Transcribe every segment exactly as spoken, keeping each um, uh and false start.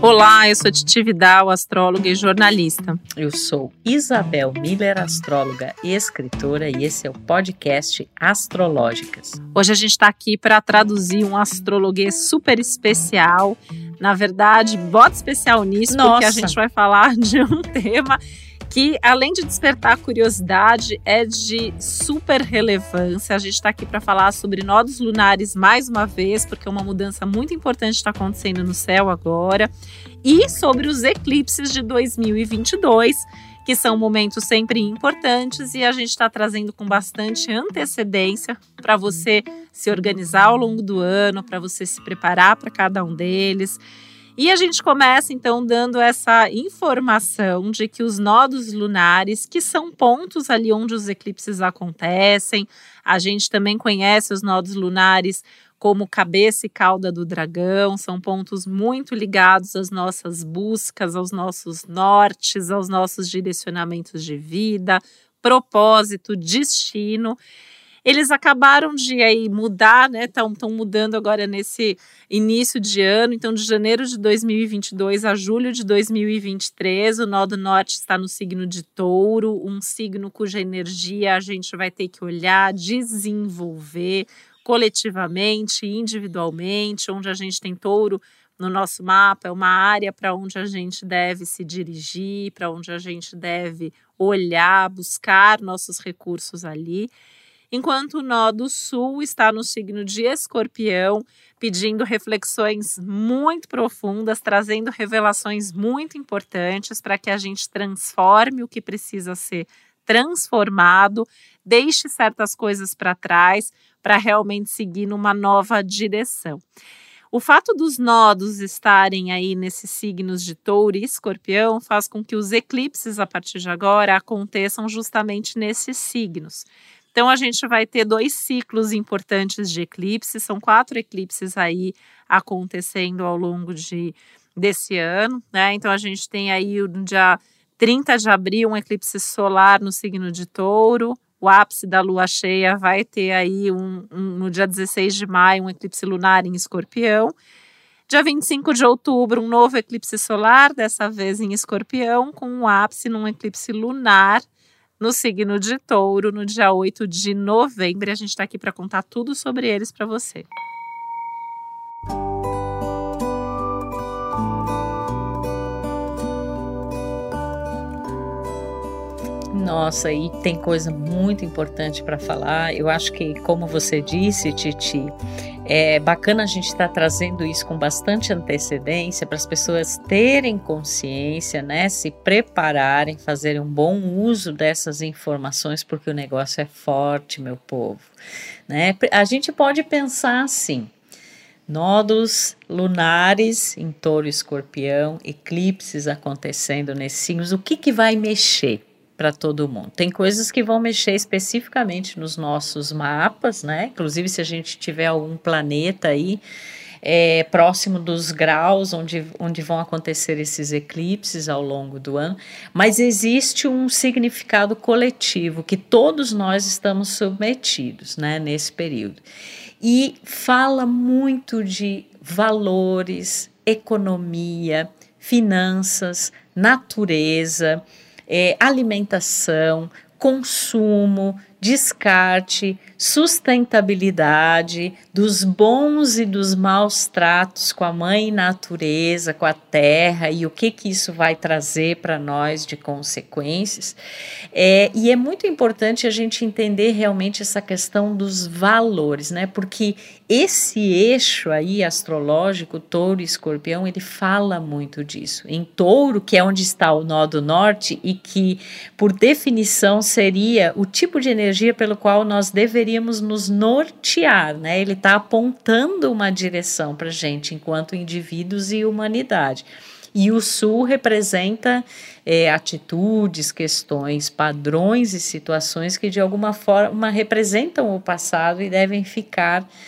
Olá, eu sou Titi Vidal, astróloga e jornalista. Eu sou Isabel Miller, astróloga e escritora, e esse é o podcast Astrológicas. Hoje a gente está aqui para traduzir um astrologuês super especial. Na verdade, bota especial nisso, Nossa. Porque a gente vai falar de um tema que, além de despertar curiosidade, é de super relevância. A gente está aqui para falar sobre nodos lunares mais uma vez, porque uma mudança muito importante está acontecendo no céu agora, e sobre os eclipses de dois mil e vinte e dois, que são momentos sempre importantes, e a gente está trazendo com bastante antecedência para você se organizar ao longo do ano, para você se preparar para cada um deles. E a gente começa, então, dando essa informação de que os nodos lunares, que são pontos ali onde os eclipses acontecem, a gente também conhece os nodos lunares como cabeça e cauda do dragão, são pontos muito ligados às nossas buscas, aos nossos nortes, aos nossos direcionamentos de vida, propósito, destino. Eles acabaram de aí mudar, né? Estão mudando agora nesse início de ano. Então, de janeiro de dois mil e vinte e dois a julho de dois mil e vinte e três, o nó do norte está no signo de Touro, um signo cuja energia a gente vai ter que olhar, desenvolver coletivamente, individualmente, onde a gente tem Touro no nosso mapa, é uma área para onde a gente deve se dirigir, para onde a gente deve olhar, buscar nossos recursos ali. Enquanto o nó do sul está no signo de Escorpião, pedindo reflexões muito profundas, trazendo revelações muito importantes para que a gente transforme o que precisa ser transformado, deixe certas coisas para trás para realmente seguir numa nova direção. O fato dos nodos estarem aí nesses signos de Touro e Escorpião faz com que os eclipses, a partir de agora, aconteçam justamente nesses signos. Então, a gente vai ter dois ciclos importantes de eclipses, são quatro eclipses aí acontecendo ao longo de, desse ano, né? Então, a gente tem aí no dia trinta de abril um eclipse solar no signo de Touro, o ápice da lua cheia vai ter aí um, um, no dia dezesseis de maio um eclipse lunar em Escorpião. Dia vinte e cinco de outubro, um novo eclipse solar, dessa vez em Escorpião, com um ápice num eclipse lunar no signo de Touro, no dia oito de novembro. E a gente está aqui para contar tudo sobre eles para você. Nossa, e tem coisa muito importante para falar. Eu acho que, como você disse, Titi, é bacana a gente estar tá trazendo isso com bastante antecedência para as pessoas terem consciência, né, se prepararem, fazerem um bom uso dessas informações, porque o negócio é forte, meu povo, né? A gente pode pensar assim: nódulos lunares em Touro e Escorpião, eclipses acontecendo nesses signos, o que que vai mexer para todo mundo? Tem coisas que vão mexer especificamente nos nossos mapas, né? Inclusive, se a gente tiver algum planeta aí é, próximo dos graus onde, onde vão acontecer esses eclipses ao longo do ano, mas existe um significado coletivo que todos nós estamos submetidos, né, nesse período. E fala muito de valores, economia, finanças, natureza, É, alimentação, consumo, descarte, sustentabilidade, dos bons e dos maus tratos com a mãe natureza, com a terra, e o que que isso vai trazer para nós de consequências. É, e é muito importante a gente entender realmente essa questão dos valores, né? Porque esse eixo aí astrológico, Touro e Escorpião, ele fala muito disso. Em Touro, que é onde está o nó do norte e que, por definição, seria o tipo de energia pelo qual nós deveríamos nos nortear, né? Ele está apontando uma direção para a gente enquanto indivíduos e humanidade. E o sul representa é, atitudes, questões, padrões e situações que de alguma forma representam o passado e devem ficar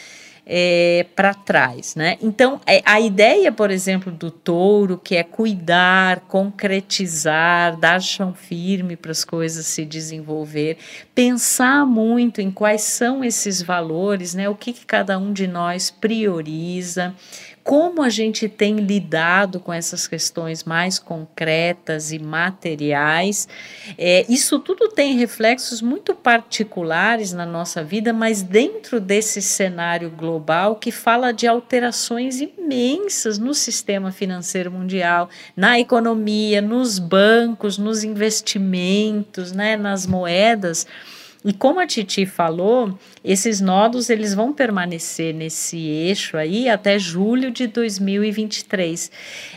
é, para trás, né? Então, é, a ideia, por exemplo, do touro, que é cuidar, concretizar, dar chão firme para as coisas se desenvolver, pensar muito em quais são esses valores, né? O que, que cada um de nós prioriza, como a gente tem lidado com essas questões mais concretas e materiais. É, isso tudo tem reflexos muito particulares na nossa vida, mas dentro desse cenário global que fala de alterações imensas no sistema financeiro mundial, na economia, nos bancos, nos investimentos, né, nas moedas. E como a Titi falou, esses nodos eles vão permanecer nesse eixo aí até julho de dois mil e vinte e três.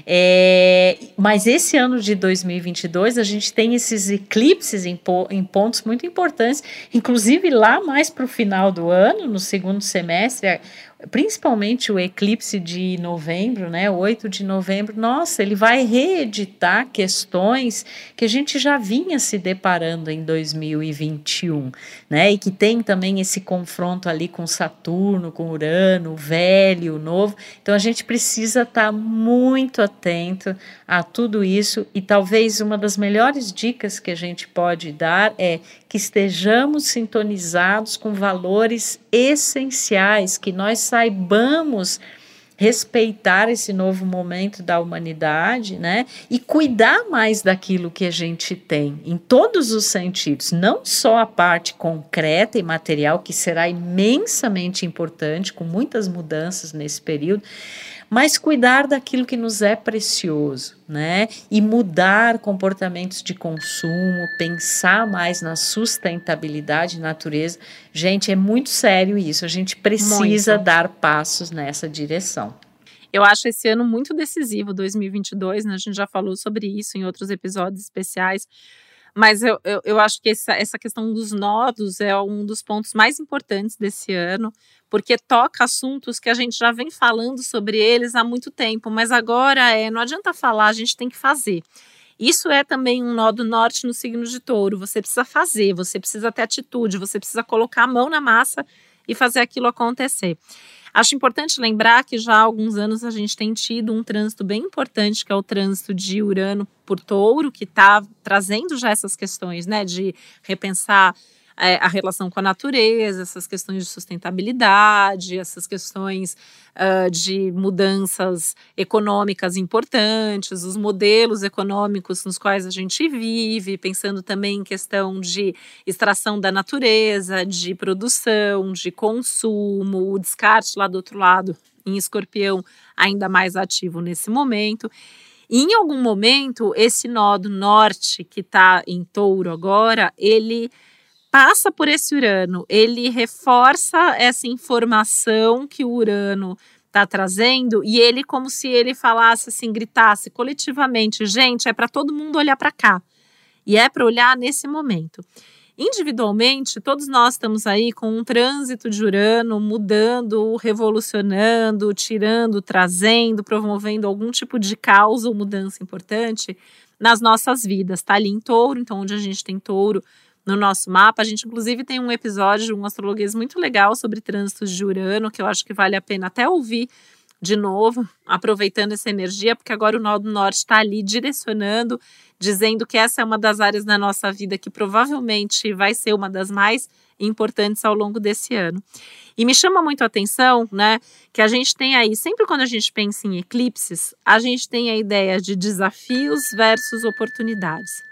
É, mas esse ano de dois mil e vinte e dois a gente tem esses eclipses em, po, em pontos muito importantes, inclusive lá mais para o final do ano, no segundo semestre, principalmente o eclipse de novembro, né, oito de novembro, nossa, ele vai reeditar questões que a gente já vinha se deparando em dois mil e vinte e um, né, e que tem também esse confronto ali com Saturno, com Urano, o velho, o novo. Então a gente precisa estar muito atento a tudo isso, e talvez uma das melhores dicas que a gente pode dar é que estejamos sintonizados com valores essenciais, que nós saibamos respeitar esse novo momento da humanidade, né? E cuidar mais daquilo que a gente tem, em todos os sentidos, não só a parte concreta e material, que será imensamente importante, com muitas mudanças nesse período, mas cuidar daquilo que nos é precioso, né? E mudar comportamentos de consumo, pensar mais na sustentabilidade, natureza. Gente, é muito sério isso, a gente precisa muito dar passos nessa direção. Eu acho esse ano muito decisivo, dois mil e vinte e dois, né? A gente já falou sobre isso em outros episódios especiais, mas eu, eu, eu acho que essa, essa questão dos nodos é um dos pontos mais importantes desse ano, porque toca assuntos que a gente já vem falando sobre eles há muito tempo, mas agora é, não adianta falar, a gente tem que fazer. Isso é também um nó do norte no signo de Touro, você precisa fazer, você precisa ter atitude, você precisa colocar a mão na massa e fazer aquilo acontecer. Acho importante lembrar que já há alguns anos a gente tem tido um trânsito bem importante, que é o trânsito de Urano por Touro, que está trazendo já essas questões, né, de repensar é, a relação com a natureza, essas questões de sustentabilidade, essas questões uh, de mudanças econômicas importantes, os modelos econômicos nos quais a gente vive, pensando também em questão de extração da natureza, de produção, de consumo, o descarte lá do outro lado, em Escorpião, ainda mais ativo nesse momento. E em algum momento, esse nó do norte, que está em Touro agora, ele passa por esse Urano, ele reforça essa informação que o Urano está trazendo, e ele, como se ele falasse assim, gritasse coletivamente, gente, é para todo mundo olhar para cá, e é para olhar nesse momento. Individualmente, todos nós estamos aí com um trânsito de Urano mudando, revolucionando, tirando, trazendo, promovendo algum tipo de caos ou mudança importante nas nossas vidas. Está ali em Touro, então onde a gente tem Touro no nosso mapa, a gente inclusive tem um episódio, um astrologuês muito legal sobre trânsitos de Urano, que eu acho que vale a pena até ouvir de novo, aproveitando essa energia, porque agora o nó do norte está ali direcionando, dizendo que essa é uma das áreas da nossa vida que provavelmente vai ser uma das mais importantes ao longo desse ano. E me chama muito a atenção, né, que a gente tem aí, sempre quando a gente pensa em eclipses, a gente tem a ideia de desafios versus oportunidades.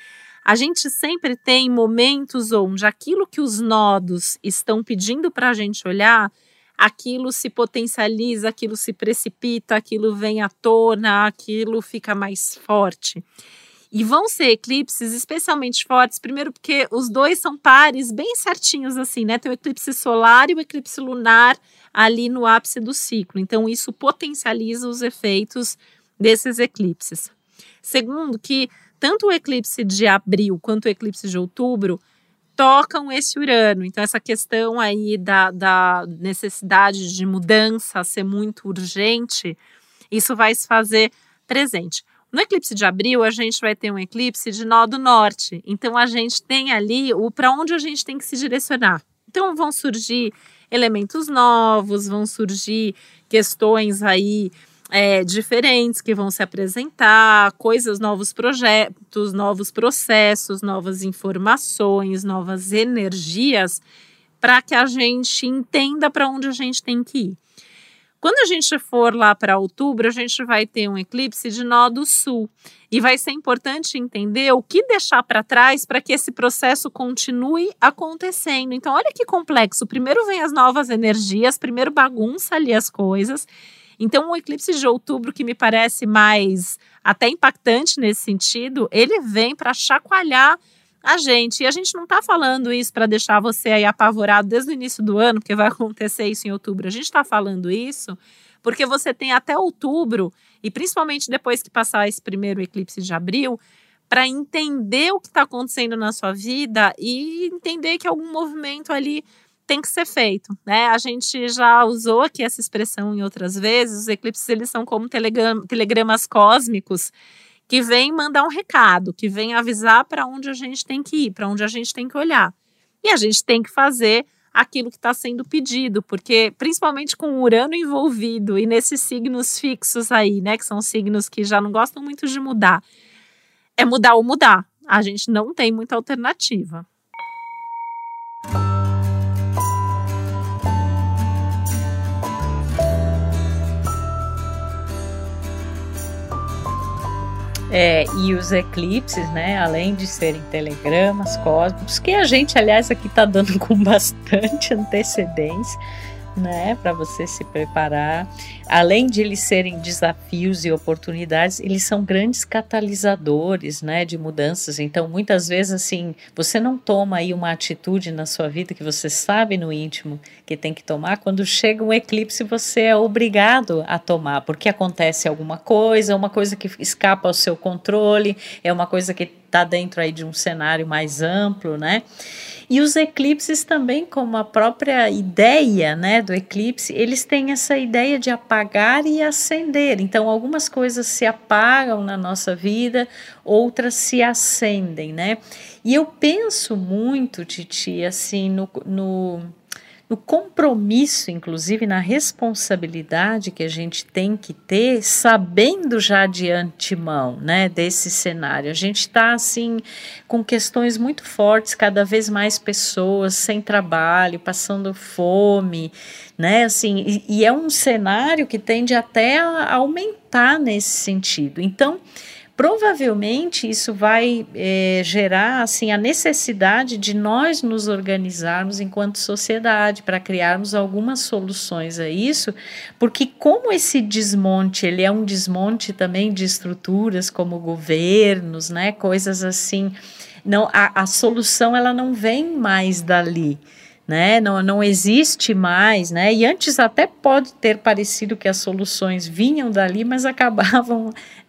A gente sempre tem momentos onde aquilo que os nodos estão pedindo para a gente olhar, aquilo se potencializa, aquilo se precipita, aquilo vem à tona, aquilo fica mais forte. E vão ser eclipses especialmente fortes, primeiro porque os dois são pares bem certinhos assim, né? Tem o eclipse solar e o eclipse lunar ali no ápice do ciclo. Então isso potencializa os efeitos desses eclipses. Segundo, que tanto o eclipse de abril quanto o eclipse de outubro tocam esse Urano. Então, essa questão aí da, da necessidade de mudança ser muito urgente, isso vai se fazer presente. No eclipse de abril, a gente vai ter um eclipse de nó do norte. Então, a gente tem ali o para onde a gente tem que se direcionar. Então vão surgir elementos novos, vão surgir questões aí é, diferentes que vão se apresentar, coisas, novos projetos, novos processos, novas informações, novas energias, para que a gente entenda para onde a gente tem que ir. Quando a gente for lá para outubro, a gente vai ter um eclipse de nó do sul e vai ser importante entender o que deixar para trás para que esse processo continue acontecendo. Então, olha que complexo. Primeiro vem as novas energias, primeiro bagunça ali as coisas. Então, o eclipse de outubro, que me parece mais até impactante nesse sentido, ele vem para chacoalhar a gente. E a gente não está falando isso para deixar você aí apavorado desde o início do ano, porque vai acontecer isso em outubro. A gente está falando isso porque você tem até outubro, e principalmente depois que passar esse primeiro eclipse de abril, para entender o que está acontecendo na sua vida e entender que algum movimento ali tem que ser feito, né? A gente já usou aqui essa expressão em outras vezes. Os eclipses, eles são como telegram, telegramas cósmicos que vêm mandar um recado, que vêm avisar para onde a gente tem que ir, para onde a gente tem que olhar. E a gente tem que fazer aquilo que está sendo pedido, porque principalmente com o Urano envolvido e nesses signos fixos aí, né, que são signos que já não gostam muito de mudar, é mudar ou mudar. A gente não tem muita alternativa. É, e os eclipses, né, além de serem telegramas cósmicos, que a gente, aliás, aqui está dando com bastante antecedência, né, para você se preparar. Além de eles serem desafios e oportunidades, eles são grandes catalisadores, né, de mudanças. Então, muitas vezes, assim, você não toma aí uma atitude na sua vida que você sabe no íntimo que tem que tomar. Quando chega um eclipse, você é obrigado a tomar, porque acontece alguma coisa, uma coisa que escapa ao seu controle, é uma coisa que está dentro aí de um cenário mais amplo, né? E os eclipses também, como a própria ideia, né, do eclipse, eles têm essa ideia de apagar e acender. Então, algumas coisas se apagam na nossa vida, outras se acendem, né? E eu penso muito, Titi, assim, no... no no compromisso, inclusive na responsabilidade que a gente tem que ter, sabendo já de antemão, né, desse cenário. A gente está, assim, com questões muito fortes, cada vez mais pessoas sem trabalho, passando fome, né, assim, e, e é um cenário que tende até a aumentar nesse sentido. Então, provavelmente isso vai é, gerar assim, a necessidade de nós nos organizarmos enquanto sociedade para criarmos algumas soluções a isso, porque como esse desmonte, ele é um desmonte também de estruturas como governos, né, coisas assim, não, a, a solução ela não vem mais dali. Né? Não, não existe mais, né? E antes até pode ter parecido que as soluções vinham dali, mas acabavam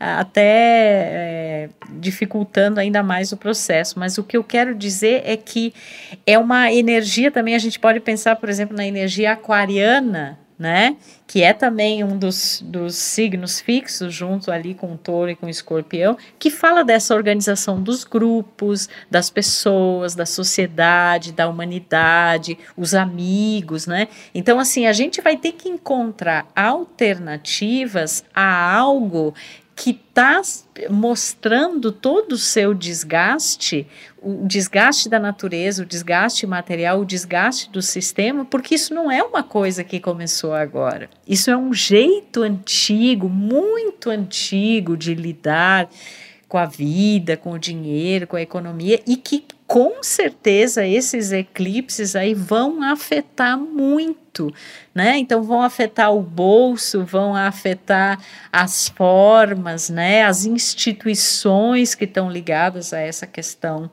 até é, dificultando ainda mais o processo. Mas o que eu quero dizer é que é uma energia também, a gente pode pensar, por exemplo, na energia aquariana, né? Que é também um dos, dos signos fixos, junto ali com o Touro e com o Escorpião, que fala dessa organização dos grupos, das pessoas, da sociedade, da humanidade, os amigos, né? Então, assim, a gente vai ter que encontrar alternativas a algo que está mostrando todo o seu desgaste, o desgaste da natureza, o desgaste material, o desgaste do sistema, porque isso não é uma coisa que começou agora. Isso é um jeito antigo, muito antigo de lidar com a vida, com o dinheiro, com a economia, e que com certeza esses eclipses aí vão afetar muito, né? Então vão afetar o bolso, vão afetar as formas, né? As instituições que estão ligadas a essa questão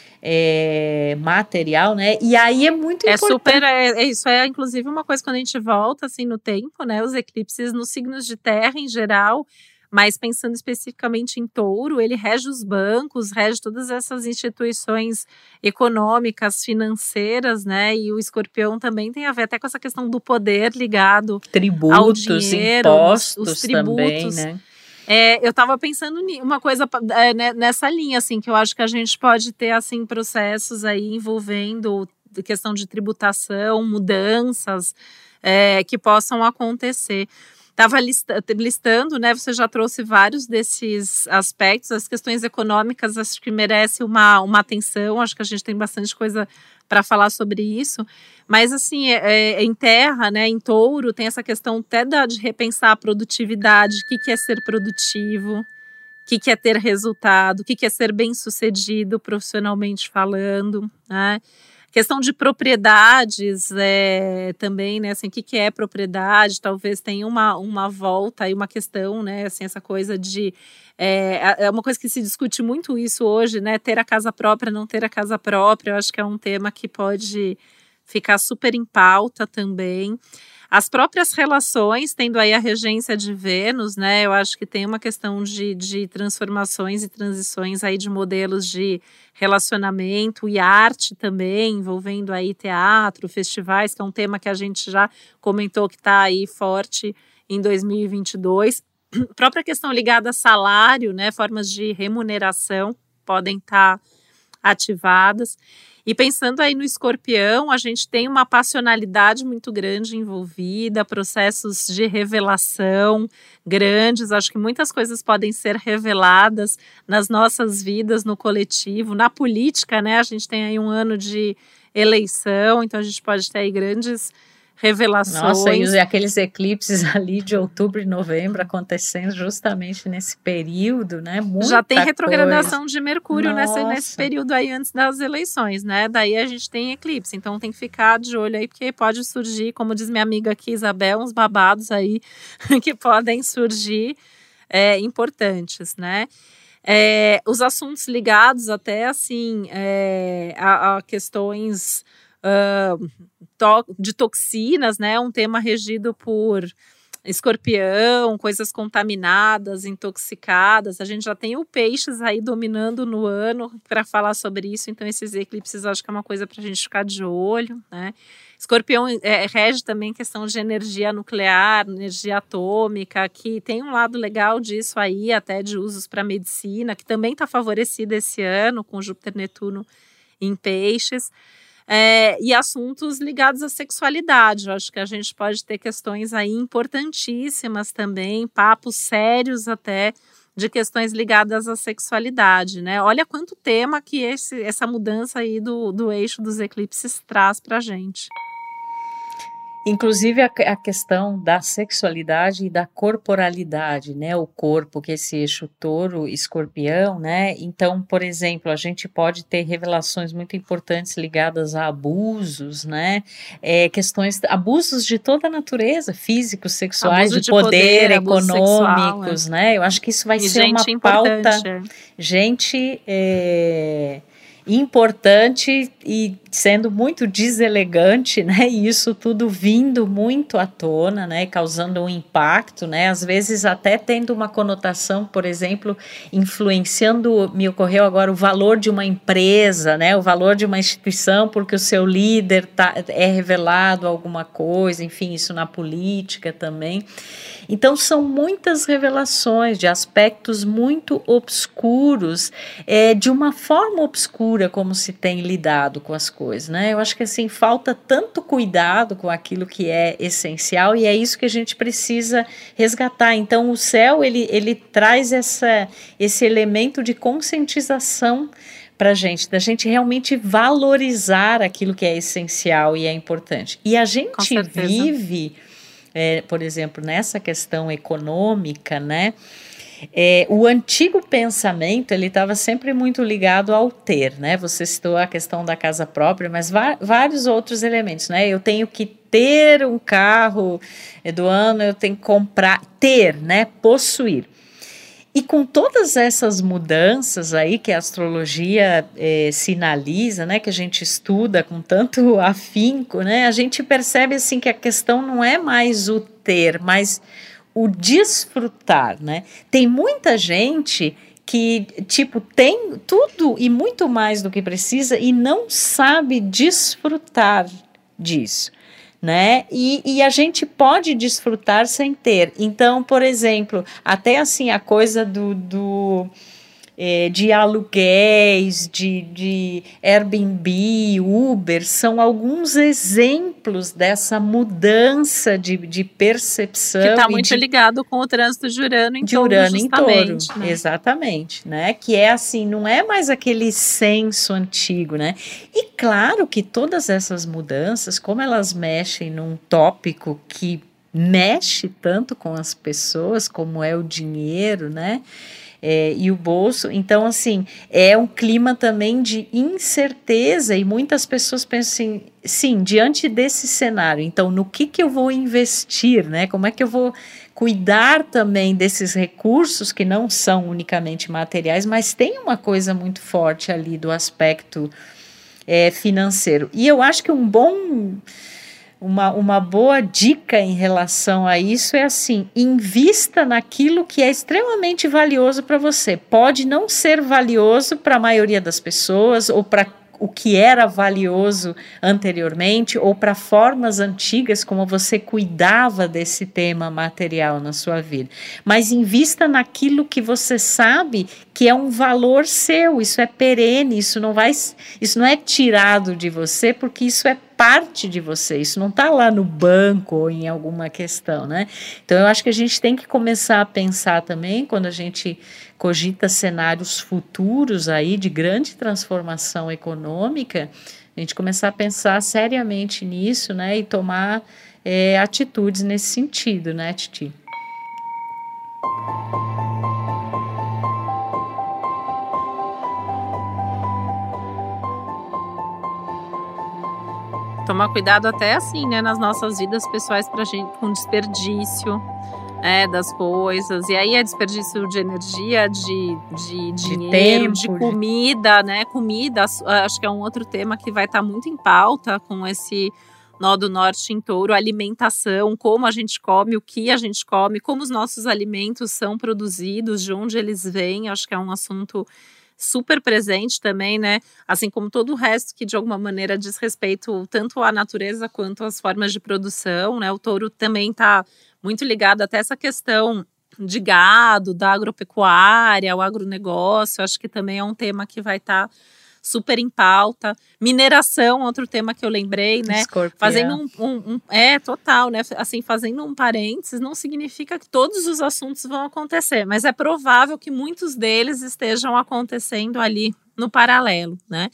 é, material, né? E aí é muito é importante. Super, é, é isso é inclusive uma coisa quando a gente volta assim no tempo, né? Os eclipses nos signos de terra em geral, mas pensando especificamente em Touro, ele rege os bancos, rege todas essas instituições econômicas, financeiras, né? E o Escorpião também tem a ver até com essa questão do poder ligado tributos, ao dinheiro, impostos os tributos. Também, né? É, eu estava pensando em uma coisa é, né, nessa linha, assim, que eu acho que a gente pode ter assim processos aí envolvendo questão de tributação, mudanças é, que possam acontecer. Estava lista, listando, né? Você já trouxe vários desses aspectos, as questões econômicas, acho que merece uma, uma atenção, acho que a gente tem bastante coisa para falar sobre isso, mas assim, é, é, em terra, né, em touro, tem essa questão até da, de repensar a produtividade, o que, que é ser produtivo, o que, que é ter resultado, o que, que é ser bem-sucedido profissionalmente falando, né? Questão de propriedades é, também, né, assim, o que, que é propriedade, talvez tenha uma, uma volta e uma questão, né, assim, essa coisa de, é, é uma coisa que se discute muito isso hoje, né, ter a casa própria, não ter a casa própria, eu acho que é um tema que pode ficar super em pauta também. As próprias relações, tendo aí a regência de Vênus, né, eu acho que tem uma questão de, de transformações e transições aí de modelos de relacionamento e arte também, envolvendo aí teatro, festivais, que é um tema que a gente já comentou que está aí forte em dois mil e vinte e dois. A própria questão ligada a salário, né, formas de remuneração podem estar tá ativadas. E pensando aí no escorpião, a gente tem uma passionalidade muito grande envolvida, processos de revelação grandes, acho que muitas coisas podem ser reveladas nas nossas vidas, no coletivo, na política, né? A gente tem aí um ano de eleição, então a gente pode ter aí grandes revelações. Nossa, e aqueles eclipses ali de outubro e novembro acontecendo justamente nesse período, né? Muita Já tem retrogradação coisa. de Mercúrio nesse, nesse período aí antes das eleições, né? Daí a gente tem eclipse, então tem que ficar de olho aí, porque pode surgir, como diz minha amiga aqui, Isabel, uns babados aí que podem surgir é, importantes, né? É, os assuntos ligados até, assim, é, a, a questões... Uh, de toxinas, né, um tema regido por escorpião, coisas contaminadas, intoxicadas, a gente já tem o peixes aí dominando no ano para falar sobre isso, então esses eclipses acho que é uma coisa para a gente ficar de olho, né. Escorpião é, rege também questão de energia nuclear, energia atômica, que tem um lado legal disso aí, até de usos para medicina, que também está favorecido esse ano com Júpiter e Netuno em peixes. É, e assuntos ligados à sexualidade, eu acho que a gente pode ter questões aí importantíssimas também, papos sérios até de questões ligadas à sexualidade, né? Olha quanto tema que esse, essa mudança aí do, do eixo dos eclipses traz pra gente. Inclusive a, a questão da sexualidade e da corporalidade, né, o corpo, que é esse eixo touro-escorpião, né, então, por exemplo, a gente pode ter revelações muito importantes ligadas a abusos, né, é, questões, abusos de toda a natureza, físicos, sexuais, de, de poder, poder econômicos, sexual, é. né, eu acho que isso vai e ser uma pauta, é. gente... É, importante e sendo muito deselegante, né, e isso tudo vindo muito à tona, né, causando um impacto, né, às vezes até tendo uma conotação, por exemplo, influenciando, me ocorreu agora, o valor de uma empresa, né, o valor de uma instituição, porque o seu líder tá, é revelado alguma coisa, enfim, isso na política também. Então, são muitas revelações de aspectos muito obscuros, é, de uma forma obscura como se tem lidado com as coisas, né? Eu acho que, assim, falta tanto cuidado com aquilo que é essencial e é isso que a gente precisa resgatar. Então, o céu, ele, ele traz essa, esse elemento de conscientização para a gente, da gente realmente valorizar aquilo que é essencial e é importante. E a gente vive... É, por exemplo, nessa questão econômica, né, é, o antigo pensamento, ele estava sempre muito ligado ao ter, né, você citou a questão da casa própria, mas vários outros elementos, né, eu tenho que ter um carro do ano, eu tenho que comprar, ter, né, possuir. E com todas essas mudanças aí que a astrologia eh, sinaliza, né, que a gente estuda com tanto afinco, né, a gente percebe assim que a questão não é mais o ter, mas o desfrutar, né? Tem muita gente que, tipo, tem tudo e muito mais do que precisa e não sabe desfrutar disso. Né? E, e a gente pode desfrutar sem ter. Então, por exemplo, até assim a coisa do, do é, de aluguéis, de, de Airbnb, Uber, são alguns exemplos dessa mudança de, de percepção. Que está muito de, ligado com o trânsito de Urano em de touro, Urano em touro, né? exatamente, né? Que é assim, não é mais aquele senso antigo, né? E claro que todas essas mudanças, como elas mexem num tópico que mexe tanto com as pessoas, como é o dinheiro, né? É, e o bolso, então assim, é um clima também de incerteza e muitas pessoas pensam assim, sim, diante desse cenário, então no que que eu vou investir, né, como é que eu vou cuidar também desses recursos que não são unicamente materiais, mas tem uma coisa muito forte ali do aspecto é, financeiro, e eu acho que um bom... Uma, uma boa dica em relação a isso é assim, invista naquilo que é extremamente valioso para você. Pode não ser valioso para a maioria das pessoas ou para o que era valioso anteriormente ou para formas antigas como você cuidava desse tema material na sua vida. Mas invista naquilo que você sabe que é um valor seu, isso é perene, isso não vai, isso não é tirado de você porque isso é parte de você, isso não está lá no banco ou em alguma questão, né? Então eu acho que a gente tem que começar a pensar também, quando a gente cogita cenários futuros aí de grande transformação econômica, a gente começar a pensar seriamente nisso, né? E tomar é, atitudes nesse sentido, né, Titi? Tomar cuidado até assim, né, nas nossas vidas pessoais pra gente, com desperdício, né, das coisas. E aí é desperdício de energia, de, de dinheiro, de, tempo, de comida, de... né, comida, acho que é um outro tema que vai estar tá muito em pauta com esse nó do norte em touro, alimentação, como a gente come, o que a gente come, como os nossos alimentos são produzidos, de onde eles vêm, acho que é um assunto super presente também, né? Assim como todo o resto que de alguma maneira diz respeito tanto à natureza quanto às formas de produção, né? O touro também está muito ligado até essa questão de gado, da agropecuária, o agronegócio, acho que também é um tema que vai estar tá super em pauta. Mineração, outro tema que eu lembrei, né? Escorpião. Fazendo um, um, um... É, total, né? Assim, fazendo um parênteses, não significa que todos os assuntos vão acontecer, mas é provável que muitos deles estejam acontecendo ali no paralelo, né?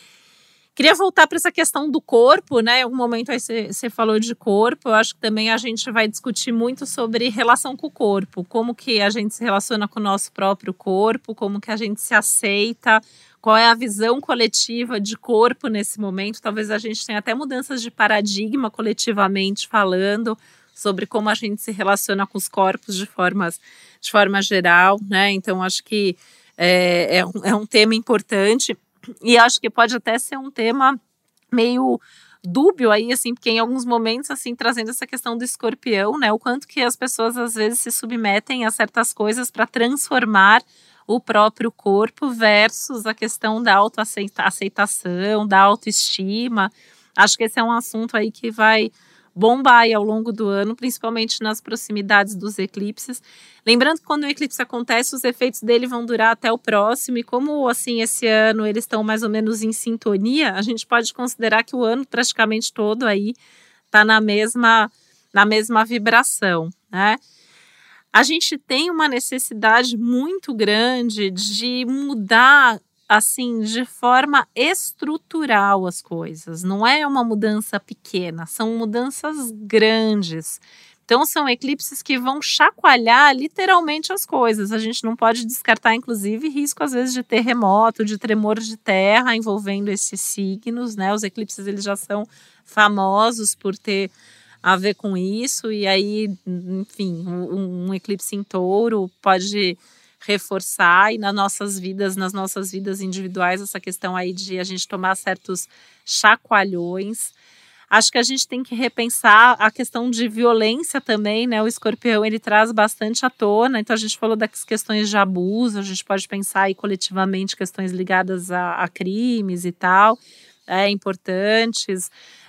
Queria voltar para essa questão do corpo, né? Em algum momento aí você falou de corpo, eu acho que também a gente vai discutir muito sobre relação com o corpo, como que a gente se relaciona com o nosso próprio corpo, como que a gente se aceita, qual é a visão coletiva de corpo nesse momento. Talvez a gente tenha até mudanças de paradigma coletivamente falando sobre como a gente se relaciona com os corpos de, formas, de forma geral, né? Então, acho que é, é, um, é um tema importante e acho que pode até ser um tema meio dúbio aí, assim, porque em alguns momentos, assim, trazendo essa questão do escorpião, né? O quanto que as pessoas, às vezes, se submetem a certas coisas para transformar o próprio corpo versus a questão da autoaceitação, da autoestima. Acho que esse é um assunto aí que vai bombar aí ao longo do ano, principalmente nas proximidades dos eclipses. Lembrando que quando o eclipse acontece, os efeitos dele vão durar até o próximo, e como assim esse ano eles estão mais ou menos em sintonia, a gente pode considerar que o ano praticamente todo aí está na mesma, na mesma vibração, né? A gente tem uma necessidade muito grande de mudar, assim, de forma estrutural as coisas. Não é uma mudança pequena, são mudanças grandes. Então, são eclipses que vão chacoalhar literalmente as coisas. A gente não pode descartar, inclusive, risco, às vezes, de terremoto, de tremor de terra envolvendo esses signos, né? Os eclipses, eles já são famosos por ter a ver com isso, e aí, enfim, um, um eclipse em touro pode reforçar, e nas nossas vidas, nas nossas vidas individuais, essa questão aí de a gente tomar certos chacoalhões. Acho que a gente tem que repensar a questão de violência também, né? O escorpião, ele traz bastante à tona, então a gente falou das questões de abuso, a gente pode pensar aí coletivamente questões ligadas a, a crimes e tal, é, importantes.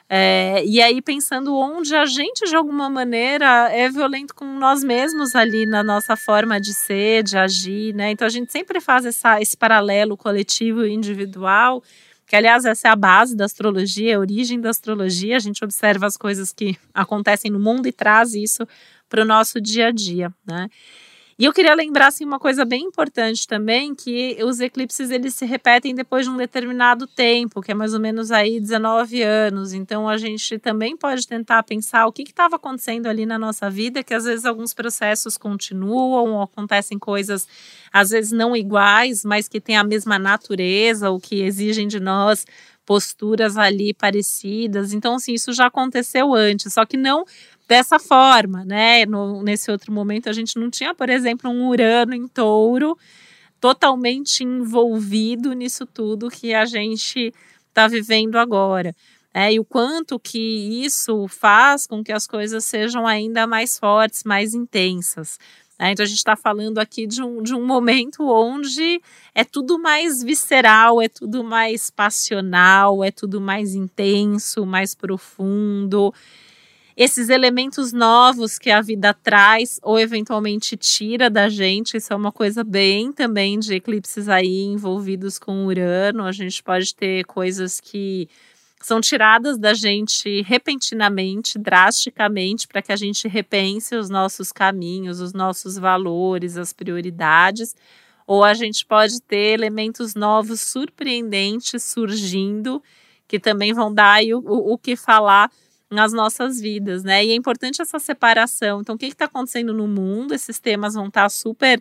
É, e aí pensando onde a gente de alguma maneira é violento com nós mesmos ali na nossa forma de ser, de agir, né? Então a gente sempre faz essa, esse paralelo coletivo e individual, que aliás essa é a base da astrologia, a origem da astrologia. A gente observa as coisas que acontecem no mundo e traz isso para o nosso dia a dia, né? E eu queria lembrar assim, uma coisa bem importante também, que os eclipses eles se repetem depois de um determinado tempo, que é mais ou menos aí dezenove anos. Então a gente também pode tentar pensar o que estava acontecendo ali na nossa vida, que às vezes alguns processos continuam, ou acontecem coisas às vezes não iguais, mas que têm a mesma natureza, ou que exigem de nós posturas ali parecidas. Então assim, isso já aconteceu antes, só que não dessa forma, né? No, nesse outro momento a gente não tinha, por exemplo, um Urano em Touro totalmente envolvido nisso tudo que a gente está vivendo agora. É, e o quanto que isso faz com que as coisas sejam ainda mais fortes, mais intensas. É, então a gente está falando aqui de um, de um momento onde é tudo mais visceral, é tudo mais passional, é tudo mais intenso, mais profundo. Esses elementos novos que a vida traz ou eventualmente tira da gente, isso é uma coisa bem também de eclipses aí envolvidos com Urano. A gente pode ter coisas que são tiradas da gente repentinamente, drasticamente, para que a gente repense os nossos caminhos, os nossos valores, as prioridades. Ou a gente pode ter elementos novos, surpreendentes, surgindo, que também vão dar aí o, o, o que falar nas nossas vidas, né? E é importante essa separação. Então, o que está acontecendo no mundo? Esses temas vão estar super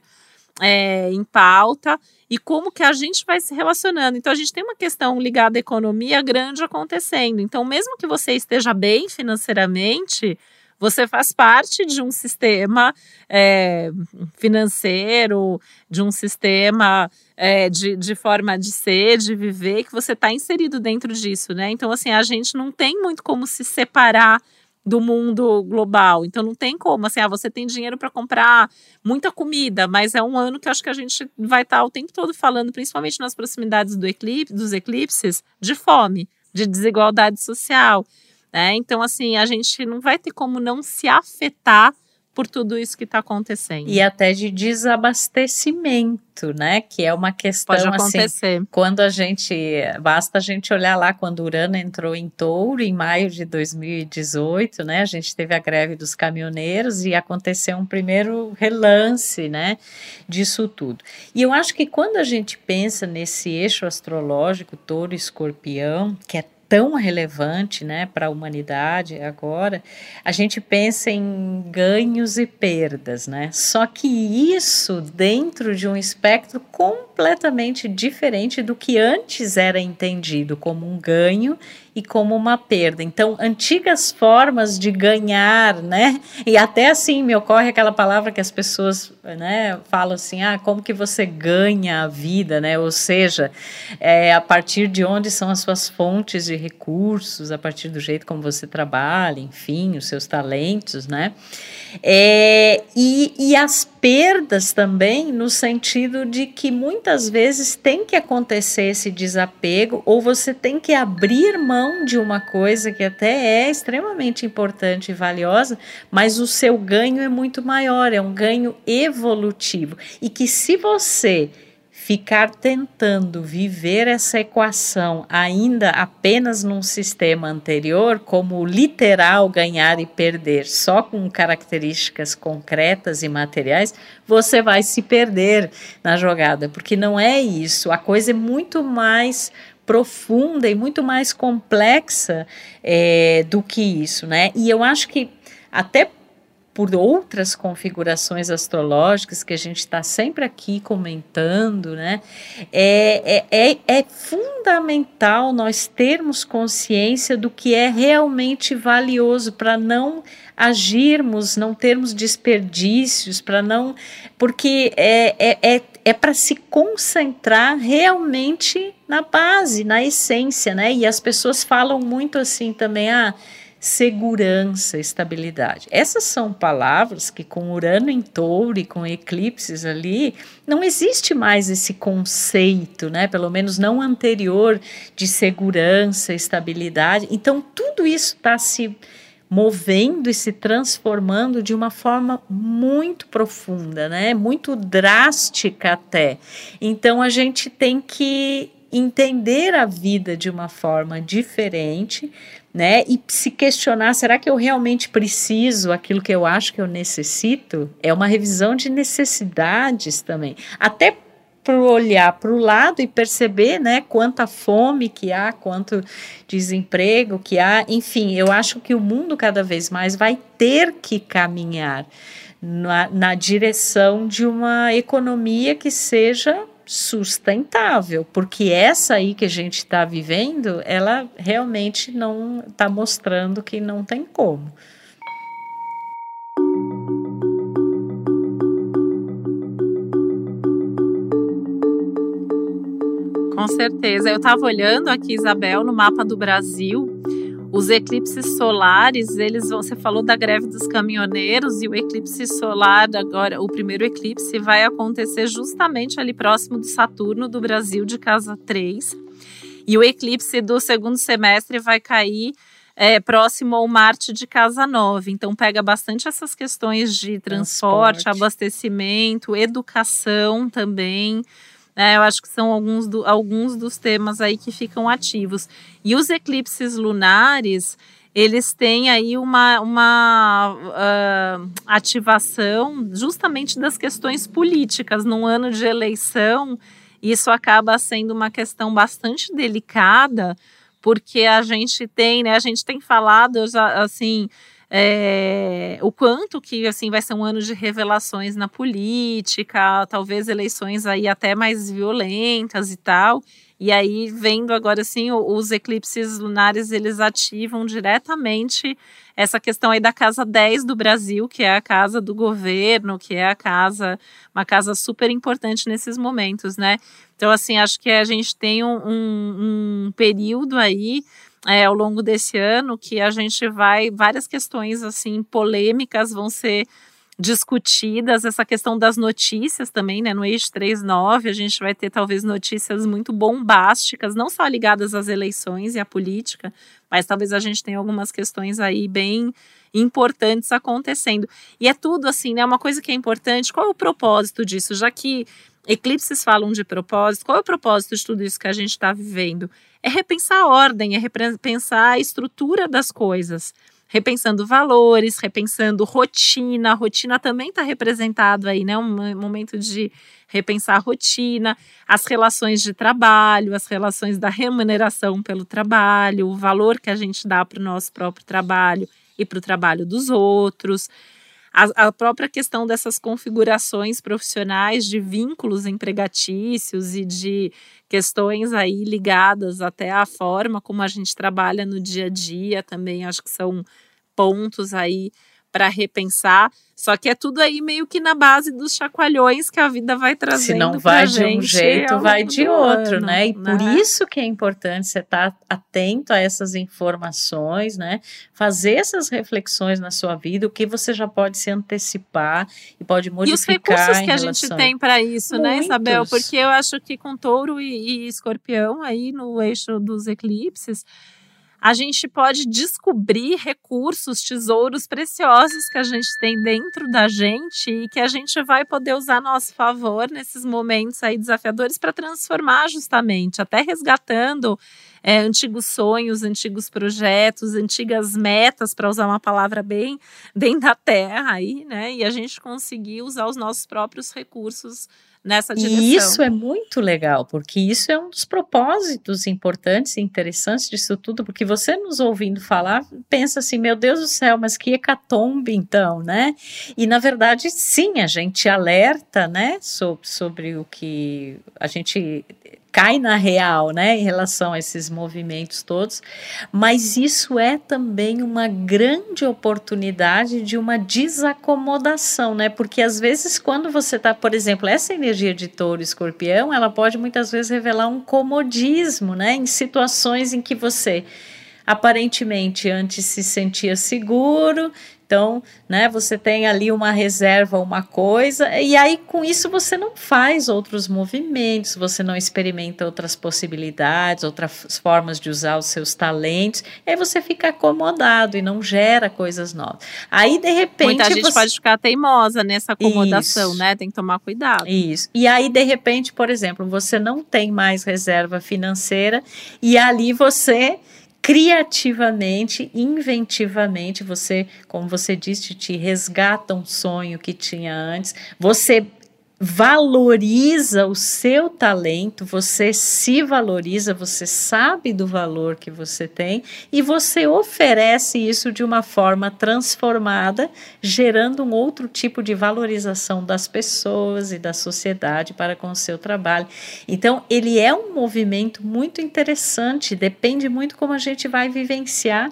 é, em pauta. E como que a gente vai se relacionando? Então, a gente tem uma questão ligada à economia grande acontecendo. Então, mesmo que você esteja bem financeiramente, você faz parte de um sistema é, financeiro, de um sistema é, de, de forma de ser, de viver, que você está inserido dentro disso, né? Então, assim, a gente não tem muito como se separar do mundo global. Então, não tem como, assim, ah, você tem dinheiro para comprar muita comida, mas é um ano que eu acho que a gente vai estar o tempo todo falando, principalmente nas proximidades do eclipse, dos eclipses, de fome, de desigualdade social. É, então, assim, a gente não vai ter como não se afetar por tudo isso que está acontecendo. E até de desabastecimento, né? Que é uma questão, pode acontecer. Assim, quando a gente, basta a gente olhar lá, quando Urano entrou em Touro, em maio de dois mil e dezoito, né? A gente teve a greve dos caminhoneiros e aconteceu um primeiro relance, né? Disso tudo. E eu acho que quando a gente pensa nesse eixo astrológico, Touro e Escorpião, que é tão relevante, né, para a humanidade agora, a gente pensa em ganhos e perdas, né? Só que isso dentro de um espectro completamente diferente do que antes era entendido como um ganho e como uma perda. Então, antigas formas de ganhar, né? E até assim me ocorre aquela palavra que as pessoas, né, falam assim, ah, como que você ganha a vida, né? Ou seja, é, a partir de onde são as suas fontes de recursos, a partir do jeito como você trabalha, enfim, os seus talentos, né? É, e, e as perdas também, no sentido de que muitas vezes tem que acontecer esse desapego, ou você tem que abrir mão de uma coisa que até é extremamente importante e valiosa, mas o seu ganho é muito maior, é um ganho evolutivo, e que se você ficar tentando viver essa equação ainda apenas num sistema anterior, como literal ganhar e perder, só com características concretas e materiais, você vai se perder na jogada, porque não é isso, a coisa é muito mais profunda e muito mais complexa é, do que isso, né? E eu acho que até por outras configurações astrológicas que a gente está sempre aqui comentando, né? É, é, é, é fundamental nós termos consciência do que é realmente valioso para não agirmos, não termos desperdícios, para não, porque é, é, é, é para se concentrar realmente na base, na essência, né? E as pessoas falam muito assim também, ah, segurança, estabilidade. Essas são palavras que com Urano em Touro e com eclipses ali, não existe mais esse conceito, né? Pelo menos não anterior, de segurança, estabilidade. Então tudo isso está se movendo e se transformando de uma forma muito profunda, né? Muito drástica até. Então a gente tem que entender a vida de uma forma diferente, né? E se questionar, será que eu realmente preciso aquilo que eu acho que eu necessito? É uma revisão de necessidades também. Até para olhar para o lado e perceber, né, quanta fome que há, quanto desemprego que há, enfim, eu acho que o mundo cada vez mais vai ter que caminhar na, na direção de uma economia que seja sustentável, porque essa aí que a gente está vivendo, ela realmente não está mostrando que não tem como. Com certeza. Eu estava olhando aqui, Isabel, no mapa do Brasil, os eclipses solares, eles vão, você falou da greve dos caminhoneiros, e o eclipse solar agora, o primeiro eclipse vai acontecer justamente ali próximo do Saturno do Brasil, de casa três, e o eclipse do segundo semestre vai cair é, próximo ao Marte de casa nove, então pega bastante essas questões de transporte, transporte. abastecimento, educação também. É, eu acho que são alguns, do, alguns dos temas aí que ficam ativos. E os eclipses lunares, eles têm aí uma, uma uh, ativação justamente das questões políticas. Num ano de eleição, isso acaba sendo uma questão bastante delicada, porque a gente tem, né, a gente tem falado, assim... É, o quanto que assim vai ser um ano de revelações na política, talvez eleições aí até mais violentas e tal, e aí vendo agora assim os eclipses lunares, eles ativam diretamente essa questão aí da casa dez do Brasil, que é a casa do governo, que é a casa, uma casa super importante nesses momentos, né? Então assim, acho que a gente tem um, um, um período aí É, ao longo desse ano, que a gente vai, várias questões assim polêmicas vão ser discutidas, essa questão das notícias também, né, no eixo três nove, a gente vai ter talvez notícias muito bombásticas, não só ligadas às eleições e à política, mas talvez a gente tenha algumas questões aí bem importantes acontecendo, e é tudo assim, né, uma coisa que é importante, qual é o propósito disso, já que eclipses falam de propósito, qual é o propósito de tudo isso que a gente está vivendo? É repensar a ordem, é repensar a estrutura das coisas, repensando valores, repensando rotina, a rotina também está representado aí, né, um momento de repensar a rotina, as relações de trabalho, as relações da remuneração pelo trabalho, o valor que a gente dá para o nosso próprio trabalho e para o trabalho dos outros, a, a própria questão dessas configurações profissionais de vínculos empregatícios e de questões aí ligadas até à forma como a gente trabalha no dia a dia também, acho que são pontos aí para repensar, só que é tudo aí meio que na base dos chacoalhões que a vida vai trazendo. Se não vai de um jeito, vai de outro, ano, né? E né? Por isso que é importante você estar atento a essas informações, né? Fazer essas reflexões na sua vida, o que você já pode se antecipar e pode modificar. E os recursos que a gente tem para isso, Muitos. né, Isabel? Porque eu acho que com Touro e, e Escorpião aí no eixo dos eclipses, a gente pode descobrir recursos, tesouros preciosos que a gente tem dentro da gente e que a gente vai poder usar a nosso favor nesses momentos aí desafiadores para transformar justamente, até resgatando é, antigos sonhos, antigos projetos, antigas metas, para usar uma palavra bem, bem da terra aí, né? E a gente conseguir usar os nossos próprios recursos nessa direção. E isso é muito legal, porque isso é um dos propósitos importantes e interessantes disso tudo, porque você nos ouvindo falar, pensa assim, meu Deus do céu, mas que hecatombe então, né? E na verdade, sim, a gente alerta, né, sobre, sobre o que a gente cai na real, né, em relação a esses movimentos todos, mas isso é também uma grande oportunidade de uma desacomodação, né, porque às vezes quando você está, por exemplo, essa energia de Touro e Escorpião, ela pode muitas vezes revelar um comodismo, né, em situações em que você aparentemente antes se sentia seguro, então, né, você tem ali uma reserva, uma coisa, e aí com isso você não faz outros movimentos, você não experimenta outras possibilidades, outras formas de usar os seus talentos, e aí você fica acomodado e não gera coisas novas. Aí, de repente... Muita gente você... pode ficar teimosa nessa acomodação, isso. né? Tem que tomar cuidado. Isso. E aí, de repente, por exemplo, você não tem mais reserva financeira e ali você... criativamente, inventivamente, você, como você disse, te resgata um sonho que tinha antes, você valoriza o seu talento, você se valoriza, você sabe do valor que você tem e você oferece isso de uma forma transformada, gerando um outro tipo de valorização das pessoas e da sociedade para com o seu trabalho. Então, ele é um movimento muito interessante, depende muito como a gente vai vivenciar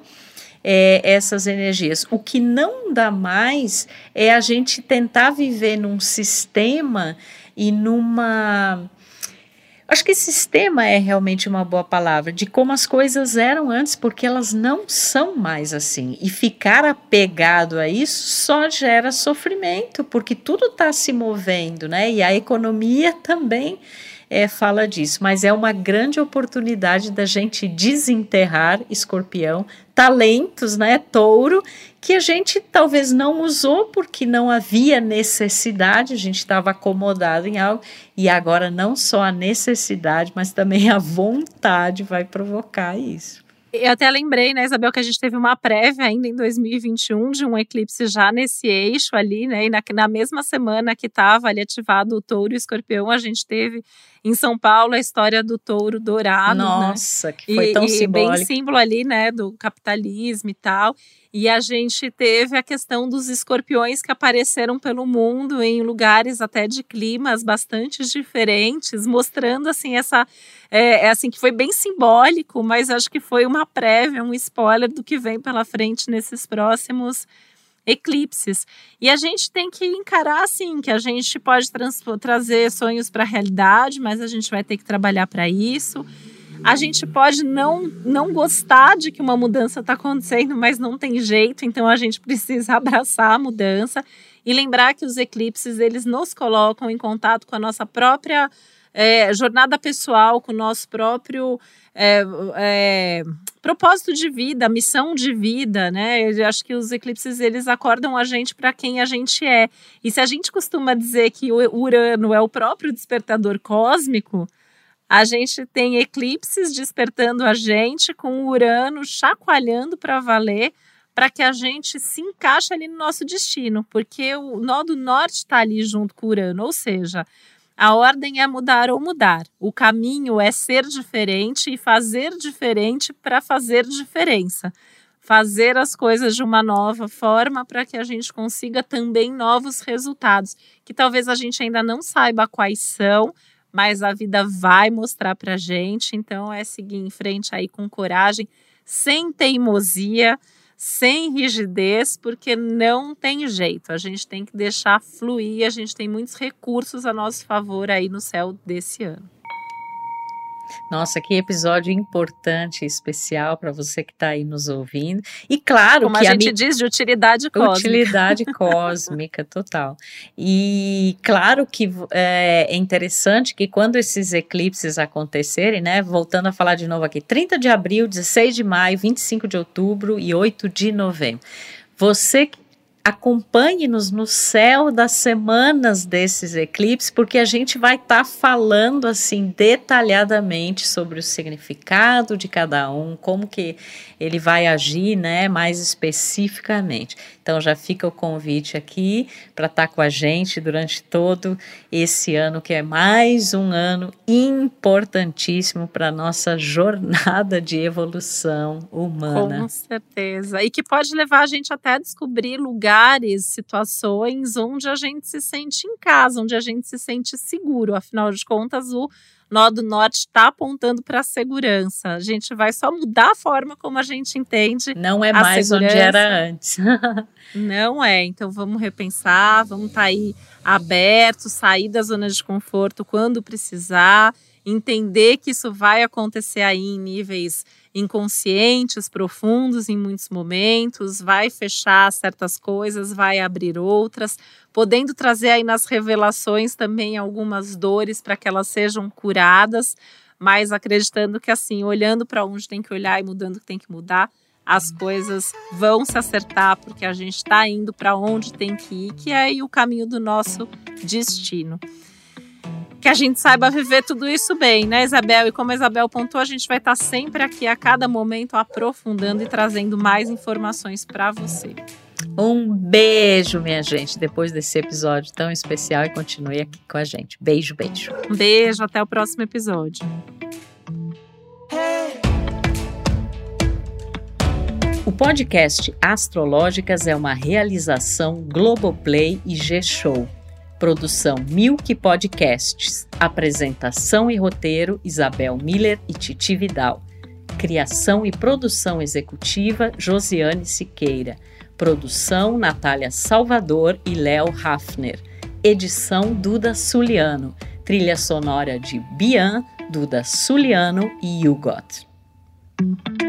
É, essas energias. O que não dá mais é a gente tentar viver num sistema e numa... Acho que sistema é realmente uma boa palavra, de como as coisas eram antes, porque elas não são mais assim. E ficar apegado a isso só gera sofrimento, porque tudo está se movendo, né? E a economia também É, fala disso, mas é uma grande oportunidade da gente desenterrar, Escorpião, talentos, né, Touro, que a gente talvez não usou porque não havia necessidade, a gente estava acomodado em algo, e agora não só a necessidade, mas também a vontade vai provocar isso. Eu até lembrei, né, Isabel, que a gente teve uma prévia ainda em dois mil e vinte e um de um eclipse já nesse eixo ali, né, e na, na mesma semana que estava ali ativado o Touro e o Escorpião, a gente teve em São Paulo a história do Touro dourado, Nossa, né? que foi e, tão e simbólico. bem símbolo ali, né, do capitalismo e tal. E a gente teve a questão dos escorpiões que apareceram pelo mundo em lugares até de climas bastante diferentes, mostrando assim essa é, é assim que foi bem simbólico, mas acho que foi uma prévia, um spoiler do que vem pela frente nesses próximos eclipses. E a gente tem que encarar assim que a gente pode trazer sonhos para a realidade, mas a gente vai ter que trabalhar para isso. A gente pode não, não gostar de que uma mudança está acontecendo, mas não tem jeito, então a gente precisa abraçar a mudança e lembrar que os eclipses, eles nos colocam em contato com a nossa própria é, jornada pessoal, com o nosso próprio é, é, propósito de vida, missão de vida, né? Eu acho que os eclipses, eles acordam a gente para quem a gente é. E se a gente costuma dizer que o Urano é o próprio despertador cósmico, a gente tem eclipses despertando a gente com o Urano chacoalhando para valer, para que a gente se encaixe ali no nosso destino, porque o nó do norte está ali junto com o Urano, ou seja, a ordem é mudar ou mudar, o caminho é ser diferente e fazer diferente para fazer diferença, fazer as coisas de uma nova forma para que a gente consiga também novos resultados, que talvez a gente ainda não saiba quais são, mas a vida vai mostrar pra gente, então é seguir em frente aí com coragem, sem teimosia, sem rigidez, porque não tem jeito, a gente tem que deixar fluir, a gente tem muitos recursos a nosso favor aí no céu desse ano. Nossa, que episódio importante e especial para você que está aí nos ouvindo. E claro Como que a gente a mi... diz, de utilidade cósmica. Utilidade cósmica, total. E claro que é, é interessante que quando esses eclipses acontecerem, né, voltando a falar de novo aqui, trinta de abril, dezesseis de maio, vinte e cinco de outubro e oito de novembro. Você acompanhe-nos no céu das semanas desses eclipses, porque a gente vai estar tá falando assim detalhadamente sobre o significado de cada um, como que ele vai agir, né, mais especificamente. Então já fica o convite aqui para estar tá com a gente durante todo esse ano, que é mais um ano importantíssimo para a nossa jornada de evolução humana. Com certeza. E que pode levar a gente até a descobrir lugares, situações onde a gente se sente em casa, onde a gente se sente seguro. Afinal de contas, o nó do norte está apontando para a segurança. A gente vai só mudar a forma como a gente entende. Não é mais segurança. Onde era antes. Não é. Então vamos repensar, vamos estar tá aí abertos, sair da zona de conforto quando precisar, entender que isso vai acontecer aí em níveis inconscientes, profundos em muitos momentos, vai fechar certas coisas, vai abrir outras, podendo trazer aí nas revelações também algumas dores para que elas sejam curadas, mas acreditando que assim, olhando para onde tem que olhar e mudando o que tem que mudar, as coisas vão se acertar, porque a gente está indo para onde tem que ir, que é aí o caminho do nosso destino. Que a gente saiba viver tudo isso bem, né, Isabel? E como a Isabel pontuou, a gente vai estar sempre aqui a cada momento aprofundando e trazendo mais informações para você. Um beijo, minha gente, depois desse episódio tão especial, e continue aqui com a gente. Beijo, beijo. Um beijo, até o próximo episódio. O podcast Astrológicas é uma realização Globoplay e G-Show. Produção Milk Podcasts. Apresentação e roteiro Isabel Miller e Titi Vidal. Criação e produção executiva Josiane Siqueira. Produção Natália Salvador e Léo Hafner. Edição Duda Suliano. Trilha sonora de Bian, Duda Suliano e Hugot.